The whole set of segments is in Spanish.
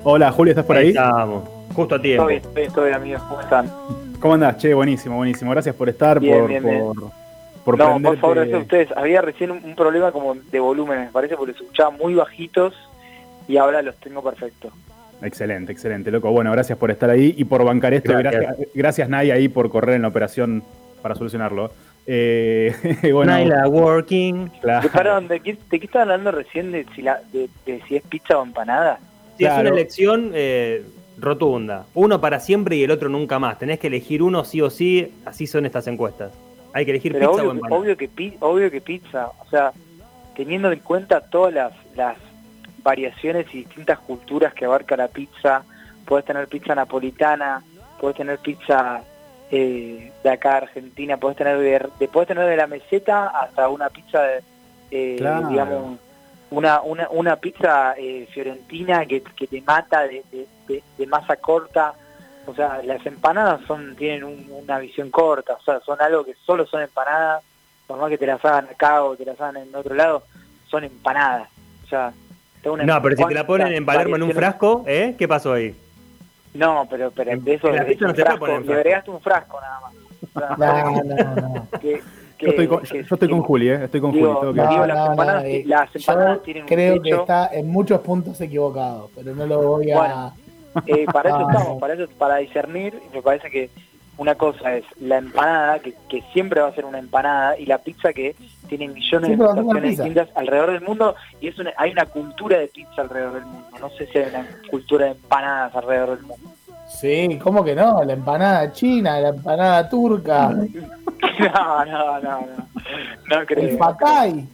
Hola, Julio, ¿estás por ahí? Estamos, justo a tiempo. Estoy bien, amigos, ¿cómo están? ¿Cómo andás? Che, buenísimo. Gracias por estar, Bien. por No, prenderte. por favor, gracias a ustedes. Había recién un problema como de volumen, me parece, porque los escuchaba muy bajitos y ahora los tengo perfectos. Excelente, loco. Bueno, gracias por estar ahí y por bancar esto. Gracias Nay, ahí por correr en la operación para solucionarlo. Bueno, Naila working. Claro. Perdón, ¿de qué estaban hablando recién? ¿De si es pizza o empanada? Sí, claro. Es una elección rotunda. Uno para siempre y el otro nunca más. Tenés que elegir uno sí o sí. Así son estas encuestas. Hay que elegir pizza o empanada. Obvio que pizza. O sea, teniendo en cuenta todas las variaciones y distintas culturas que abarca la pizza. Podés tener pizza napolitana, podés tener pizza de acá Argentina, podés tener de la meseta hasta una pizza claro. Digamos, una pizza fiorentina que te mata de masa corta. O sea, las empanadas tienen una visión corta, o sea, son algo que solo son empanadas, por más que te las hagan acá o te las hagan en otro lado, son empanadas. O sea, no, pero si te la ponen en Palermo en un frasco, ¿qué pasó ahí? No, pero de eso la pizza no se puede poner en frasco. Le agregaste un frasco nada más. O sea, no. Yo estoy con Juli, estoy con Juli. Las empanadas tienen un creo techo. Que está en muchos puntos equivocado, pero no lo voy a... Para eso estamos, para discernir. Me parece que una cosa es la empanada, que siempre va a ser una empanada, y la pizza, que tiene millones de presentaciones distintas alrededor del mundo, y hay una cultura de pizza alrededor del mundo. No sé si hay una cultura de empanadas alrededor del mundo. Sí, ¿cómo que no? La empanada china, la empanada turca. No creo. El fatay.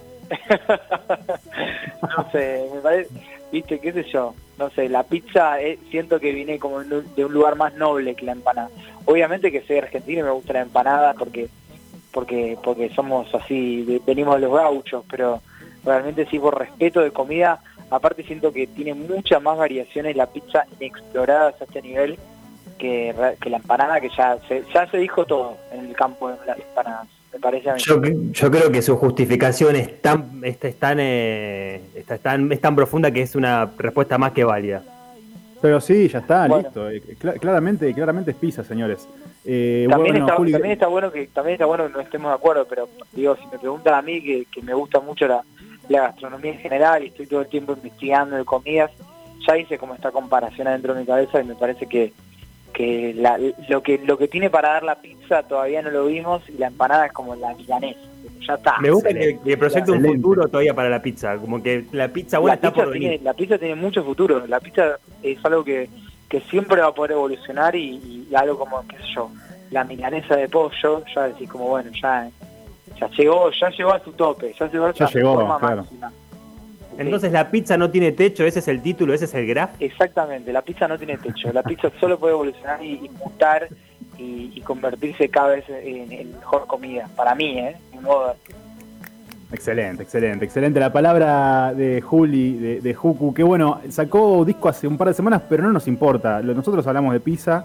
No sé, me parece, viste, qué sé yo, no sé, la pizza siento que viene como de un lugar más noble que la empanada. Obviamente que soy argentino y me gusta la empanada porque somos así, venimos de los gauchos, pero realmente sí, por respeto de comida. Aparte siento que tiene muchas más variaciones la pizza inexploradas a este nivel que la empanada, que ya se dijo todo en el campo de las empanadas, me parece a mí. Yo creo que su justificación es tan profunda que es una respuesta más que válida. Pero sí, ya está, bueno. Listo. Claramente es pizza, señores. También está bueno que no estemos de acuerdo, pero digo, si me preguntan a mí, que me gusta mucho la gastronomía en general y estoy todo el tiempo investigando de comidas, ya hice como esta comparación adentro de mi cabeza y me parece que lo que tiene para dar la pizza todavía no lo vimos, y la empanada es como la milanesa. Ya está. Me gusta que proyecte un futuro todavía para la pizza, como que la pizza buena está por venir. La pizza tiene mucho futuro. La pizza es algo que siempre va a poder evolucionar y algo como, qué sé yo, la milanesa de pollo, ya decís como, bueno, ya llegó a su tope, ya llegó a su forma máxima. Entonces la pizza no tiene techo, ese es el título, ese es el graph. Exactamente, la pizza no tiene techo, la pizza solo puede evolucionar y mutar y convertirse cada vez en mejor comida, para mí, mi modo. Excelente. La palabra de Juli, de Juku, que bueno, sacó disco hace un par de semanas, pero no nos importa, nosotros hablamos de pizza.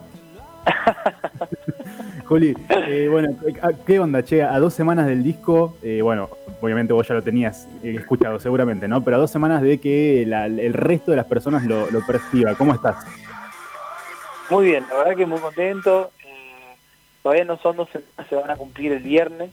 Juli, bueno, ¿qué onda, che? A 2 semanas del disco, bueno, obviamente vos ya lo tenías escuchado seguramente, ¿no? Pero a 2 semanas de que el resto de las personas lo perciba, ¿cómo estás? Muy bien, la verdad que muy contento. Todavía no son 2 semanas, se van a cumplir el viernes,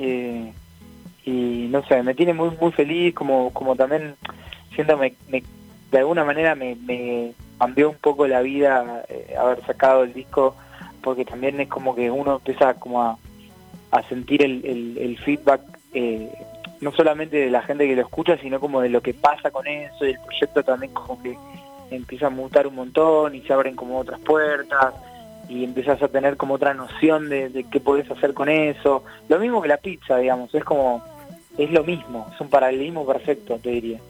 y no sé, me tiene muy muy feliz, como también siento de alguna manera me cambió un poco la vida haber sacado el disco, porque también es como que uno empieza como a sentir el feedback, no solamente de la gente que lo escucha, sino como de lo que pasa con eso, y el proyecto también como que empieza a mutar un montón y se abren como otras puertas y empiezas a tener como otra noción de qué podés hacer con eso. Lo mismo que la pizza, digamos, es lo mismo, es un paralelismo perfecto, te diría.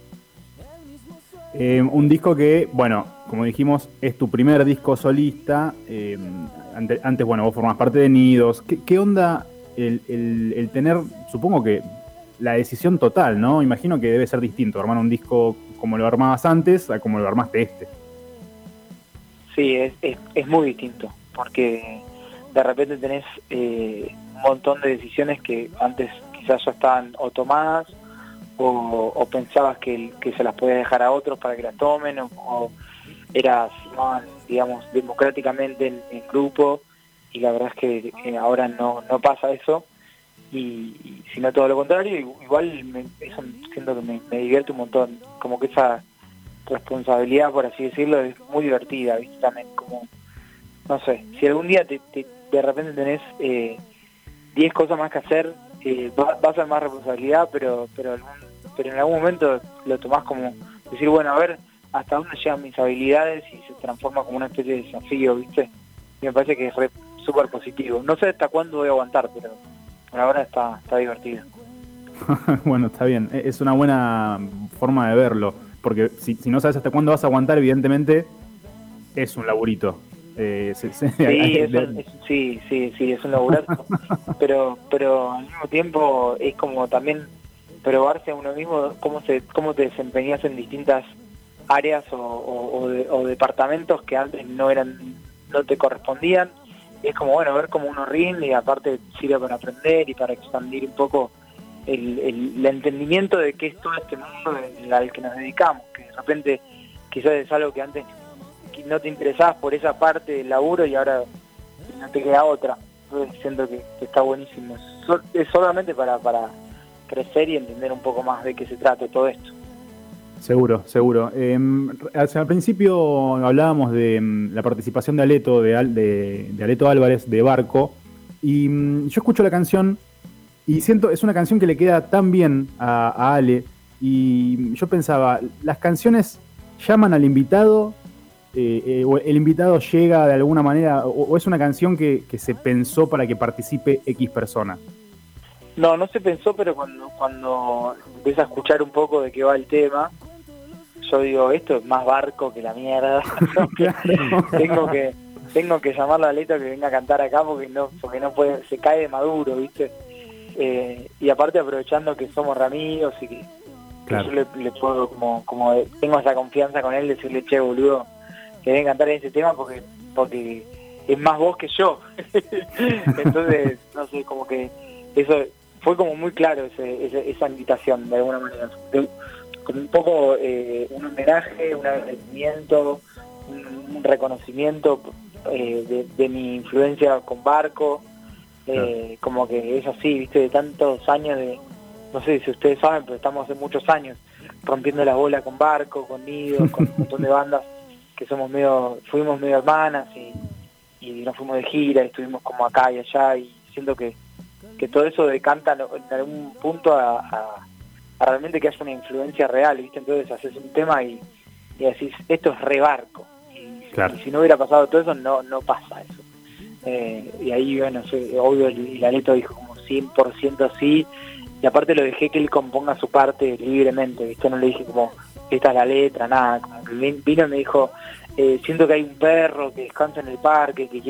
Un disco que, bueno, como dijimos, es tu primer disco solista. Antes, bueno, vos formás parte de Nidos. ¿Qué onda el tener, supongo que la decisión total, ¿no? Imagino que debe ser distinto armar un disco como lo armabas antes a como lo armaste este. Sí, es muy distinto, porque de repente tenés un montón de decisiones que antes quizás ya estaban o tomadas, o pensabas que se las podías dejar a otros para que las tomen, o se llamaban, digamos, democráticamente en grupo, y la verdad es que ahora no pasa eso, y sino todo lo contrario. Igual eso siento que me divierte un montón, como que esa responsabilidad, por así decirlo, es muy divertida, ¿viste? También como, no sé, si algún día de repente tenés 10 cosas más que hacer, va a ser más responsabilidad, pero en algún momento lo tomás como decir, bueno, a ver hasta dónde llegan mis habilidades, y se transforma como una especie de desafío, ¿viste? Y me parece que es súper positivo. No sé hasta cuándo voy a aguantar, pero por ahora está divertido. Bueno, está bien. Es una buena forma de verlo, porque si no sabes hasta cuándo vas a aguantar, evidentemente es un laburito. Sí, es un laburazo, pero al mismo tiempo es como también probarse a uno mismo cómo te desempeñas en distintas áreas o departamentos que antes no te correspondían. Es como, bueno, ver cómo uno rinde, y aparte sirve para aprender y para expandir un poco el entendimiento de qué es todo este mundo al que nos dedicamos, que de repente quizás es algo que antes no te interesabas por esa parte del laburo y ahora no te queda otra. Entonces siento que está buenísimo. Es solamente para crecer y entender un poco más de qué se trata todo esto. Seguro. Al principio hablábamos de la participación de Aleto, de Aleto Álvarez, de Barco, y yo escucho la canción y siento, es una canción que le queda tan bien a Ale, y yo pensaba, las canciones llaman al invitado, o el invitado llega de alguna manera, o es una canción que se pensó para que participe X persona. No se pensó, pero cuando empieza a escuchar un poco de qué va el tema, yo digo, esto es más Barco que la mierda. Claro. tengo que llamarle a Aleto que venga a cantar acá porque no puede, se cae de maduro, ¿viste? Y aparte aprovechando que somos amigos y que yo le puedo como tengo esa confianza con él, decirle, che, boludo, que venga a cantar ese tema porque es más vos que yo. Entonces, no sé, como que eso fue como muy claro, esa invitación de alguna manera. Como un poco un homenaje, un agradecimiento, un reconocimiento de mi influencia con Barco, como que es así, viste, de tantos años no sé si ustedes saben, pero estamos hace muchos años rompiendo la bola con Barco, con Nidos, con un montón de bandas que fuimos medio hermanas, y nos fuimos de gira, y estuvimos como acá y allá, y siento que todo eso decanta en algún punto a realmente que haya una influencia real, ¿viste? Entonces haces un tema y decís, esto es re Barco, y si no hubiera pasado todo eso, no pasa eso. Y ahí, bueno, obvio el Aleto dijo como 100% sí, y aparte lo dejé que él componga su parte libremente, ¿viste? No le dije como, esta es la letra, nada, como que vino y me dijo, siento que hay un perro que descansa en el parque, que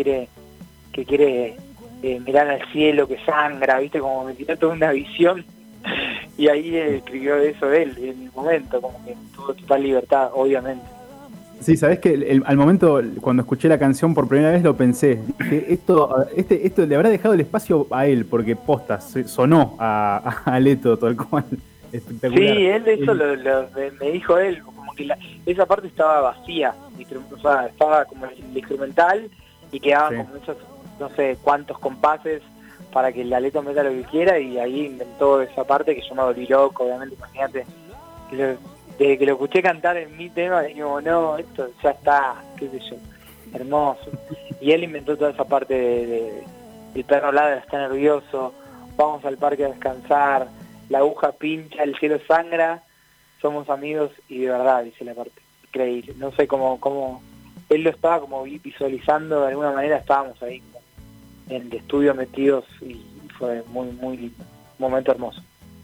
quiere mirar al cielo, que sangra, ¿viste? Como me tiró toda una visión. Y ahí escribió eso él, en el momento, como que tuvo total libertad, obviamente. Sí, sabés que al momento, cuando escuché la canción por primera vez, lo pensé. Dije, esto le habrá dejado el espacio a él, porque posta, sonó a Leto, tal cual. Espectacular. Sí, él eso me dijo él, como que esa parte estaba vacía, o sea, estaba como el instrumental, y quedaban como esos, no sé cuántos compases para que el Aleto meta lo que quiera, y ahí inventó esa parte que yo me volví loco, obviamente. Imagínate, desde que lo escuché cantar en mi tema, digo, no, esto ya está, qué sé yo, hermoso. Y él inventó toda esa parte el perro ladra, está nervioso, vamos al parque a descansar, la aguja pincha, el cielo sangra, somos amigos y de verdad, dice la parte. Increíble. No sé cómo él lo estaba como visualizando, de alguna manera estábamos ahí en el estudio metidos, y fue muy, muy lindo, un momento hermoso.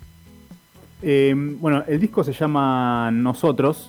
Bueno, el disco se llama Nosotros.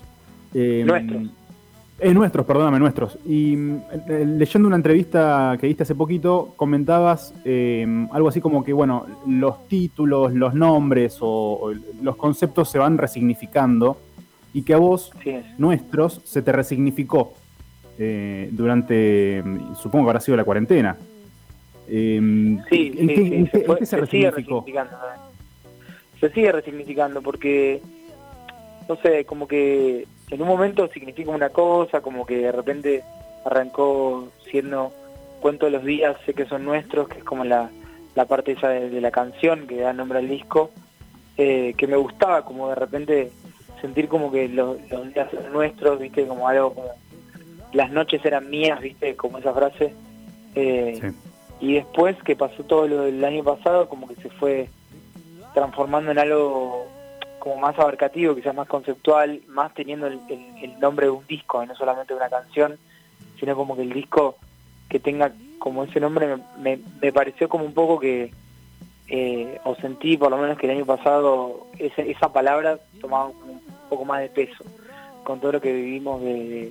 Nuestros. Y leyendo una entrevista que diste hace poquito, comentabas algo así como que, bueno, los títulos, los nombres o los conceptos se van resignificando, y que a vos, Nuestros, se te resignificó durante, supongo que habrá sido la cuarentena. ¿En qué se resignificó? Se sigue resignificando porque, no sé, como que en un momento significa una cosa, como que de repente arrancó siendo Cuento los días, sé que son nuestros, que es como la parte esa de la canción que da nombre al disco, que me gustaba como de repente sentir como que los días eran nuestros, viste, como algo como las noches eran mías, viste, como esa frase. Sí. Y después que pasó todo lo del año pasado, como que se fue transformando en algo como más abarcativo, quizás más conceptual, más teniendo el nombre de un disco y no solamente de una canción, sino como que el disco que tenga como ese nombre me pareció como un poco que, o sentí por lo menos que el año pasado esa palabra tomaba un poco más de peso, con todo lo que vivimos de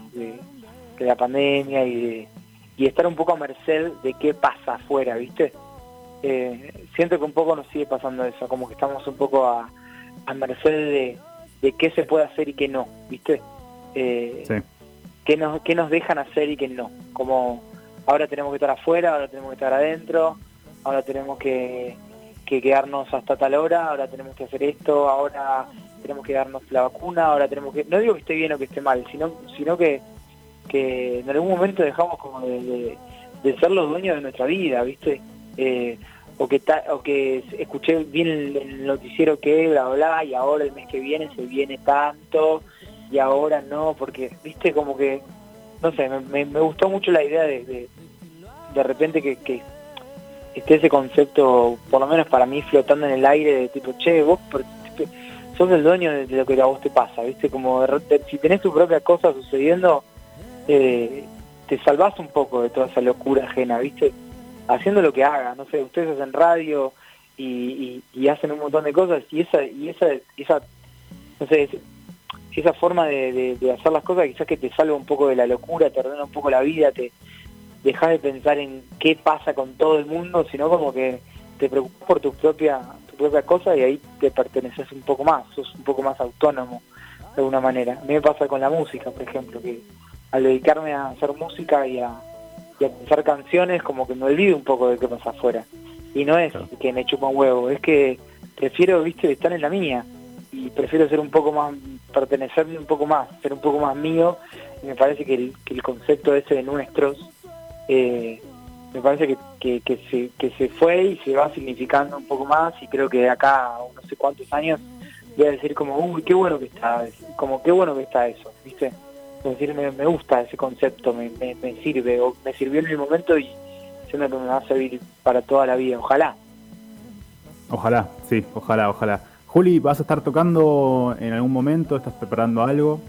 la pandemia y estar un poco a merced de qué pasa afuera, ¿viste? Siento que un poco nos sigue pasando eso, como que estamos un poco a merced de qué se puede hacer y qué no, ¿viste? Sí. Qué nos dejan hacer y qué no. Como ahora tenemos que estar afuera, ahora tenemos que estar adentro, ahora tenemos que quedarnos hasta tal hora, ahora tenemos que hacer esto, ahora tenemos que darnos la vacuna, ahora tenemos que... No digo que esté bien o que esté mal, sino que en algún momento dejamos como de ser los dueños de nuestra vida, ¿viste? O que escuché bien el noticiero que bla bla y ahora el mes que viene se viene tanto y ahora no, porque viste como que no sé, me gustó mucho la idea de repente que esté ese concepto, por lo menos para mí, flotando en el aire de tipo, che, vos sos el dueño de lo que a vos te pasa, viste, como si tenés tu propia cosa sucediendo, te salvás un poco de toda esa locura ajena, viste, haciendo lo que hagas, no sé, ustedes hacen radio y hacen un montón de cosas y esa no sé, esa forma de hacer las cosas quizás que te salva un poco de la locura, te ordena un poco la vida, te dejas de pensar en qué pasa con todo el mundo, sino como que te preocupas por tu propia cosa y ahí te perteneces un poco más, sos un poco más autónomo de alguna manera. A mí me pasa con la música, por ejemplo, que al dedicarme a hacer música y a pensar canciones, como que me olvido un poco de qué pasa afuera. Y no es que me chupa un huevo, es que prefiero, viste, estar en la mía y prefiero ser un poco más, pertenecerme un poco más, ser un poco más mío. Y me parece que el concepto ese de nuestros me parece que se fue y se va significando un poco más, y creo que de acá a no sé cuántos años voy a decir como, uy, qué bueno que está, como qué bueno que está eso, ¿viste? Es decir, me gusta ese concepto, me sirve, o me sirvió en el momento y siento que me va a servir para toda la vida, ojalá. Ojalá, sí, ojalá. Juli, ¿vas a estar tocando en algún momento? ¿Estás preparando algo?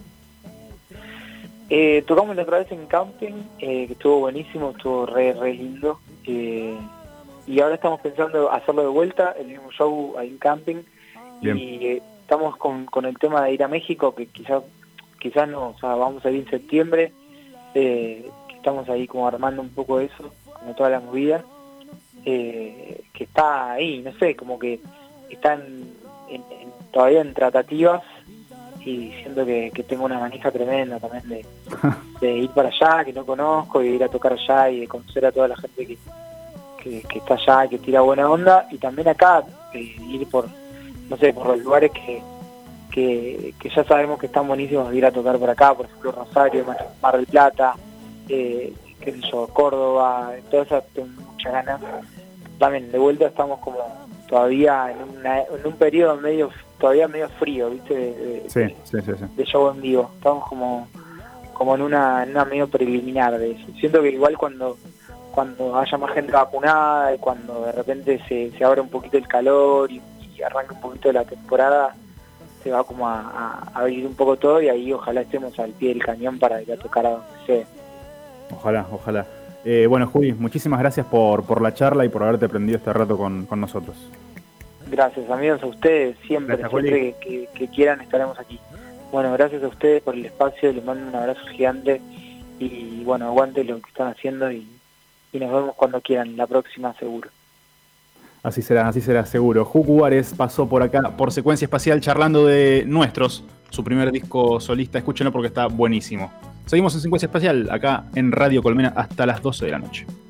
Tocamos la otra vez en camping, que estuvo buenísimo, estuvo re lindo, y ahora estamos pensando hacerlo de vuelta, el mismo show ahí en camping. Bien. Y estamos con el tema de ir a México, que quizás no, o sea, vamos a ir en septiembre, que estamos ahí como armando un poco eso, como toda la movida, que está ahí, no sé, como que están todavía en tratativas, y siento que tengo una manija tremenda también de ir para allá, que no conozco, y de ir a tocar allá y de conocer a toda la gente que está allá y que tira buena onda, y también acá ir por, no sé, por los lugares que ya sabemos que están buenísimos de ir a tocar por acá, por ejemplo Rosario, Mar del Plata, qué sé yo, Córdoba, todas esas, tengo muchas ganas. También de vuelta estamos como todavía en un periodo todavía medio frío, ¿viste? Sí. De show en vivo. Estamos como en una medio preliminar de eso. Siento que igual cuando haya más gente vacunada y cuando de repente se abra un poquito el calor y arranque un poquito la temporada, se va como a abrir un poco todo, y ahí ojalá estemos al pie del cañón para ir a tocar a donde sea. Ojalá. Bueno, Juli, muchísimas gracias por la charla y por haberte prendido este rato con nosotros. Gracias, amigos, a ustedes, siempre que quieran estaremos aquí. Bueno, gracias a ustedes por el espacio, les mando un abrazo gigante y bueno, aguante lo que están haciendo y nos vemos cuando quieran, la próxima seguro. Así será seguro. Jucu Juárez pasó por acá, por Secuencia Espacial, charlando de Nuestros, su primer disco solista. Escúchenlo porque está buenísimo. Seguimos en Secuencia Espacial, acá en Radio Colmena, hasta las 12 de la noche.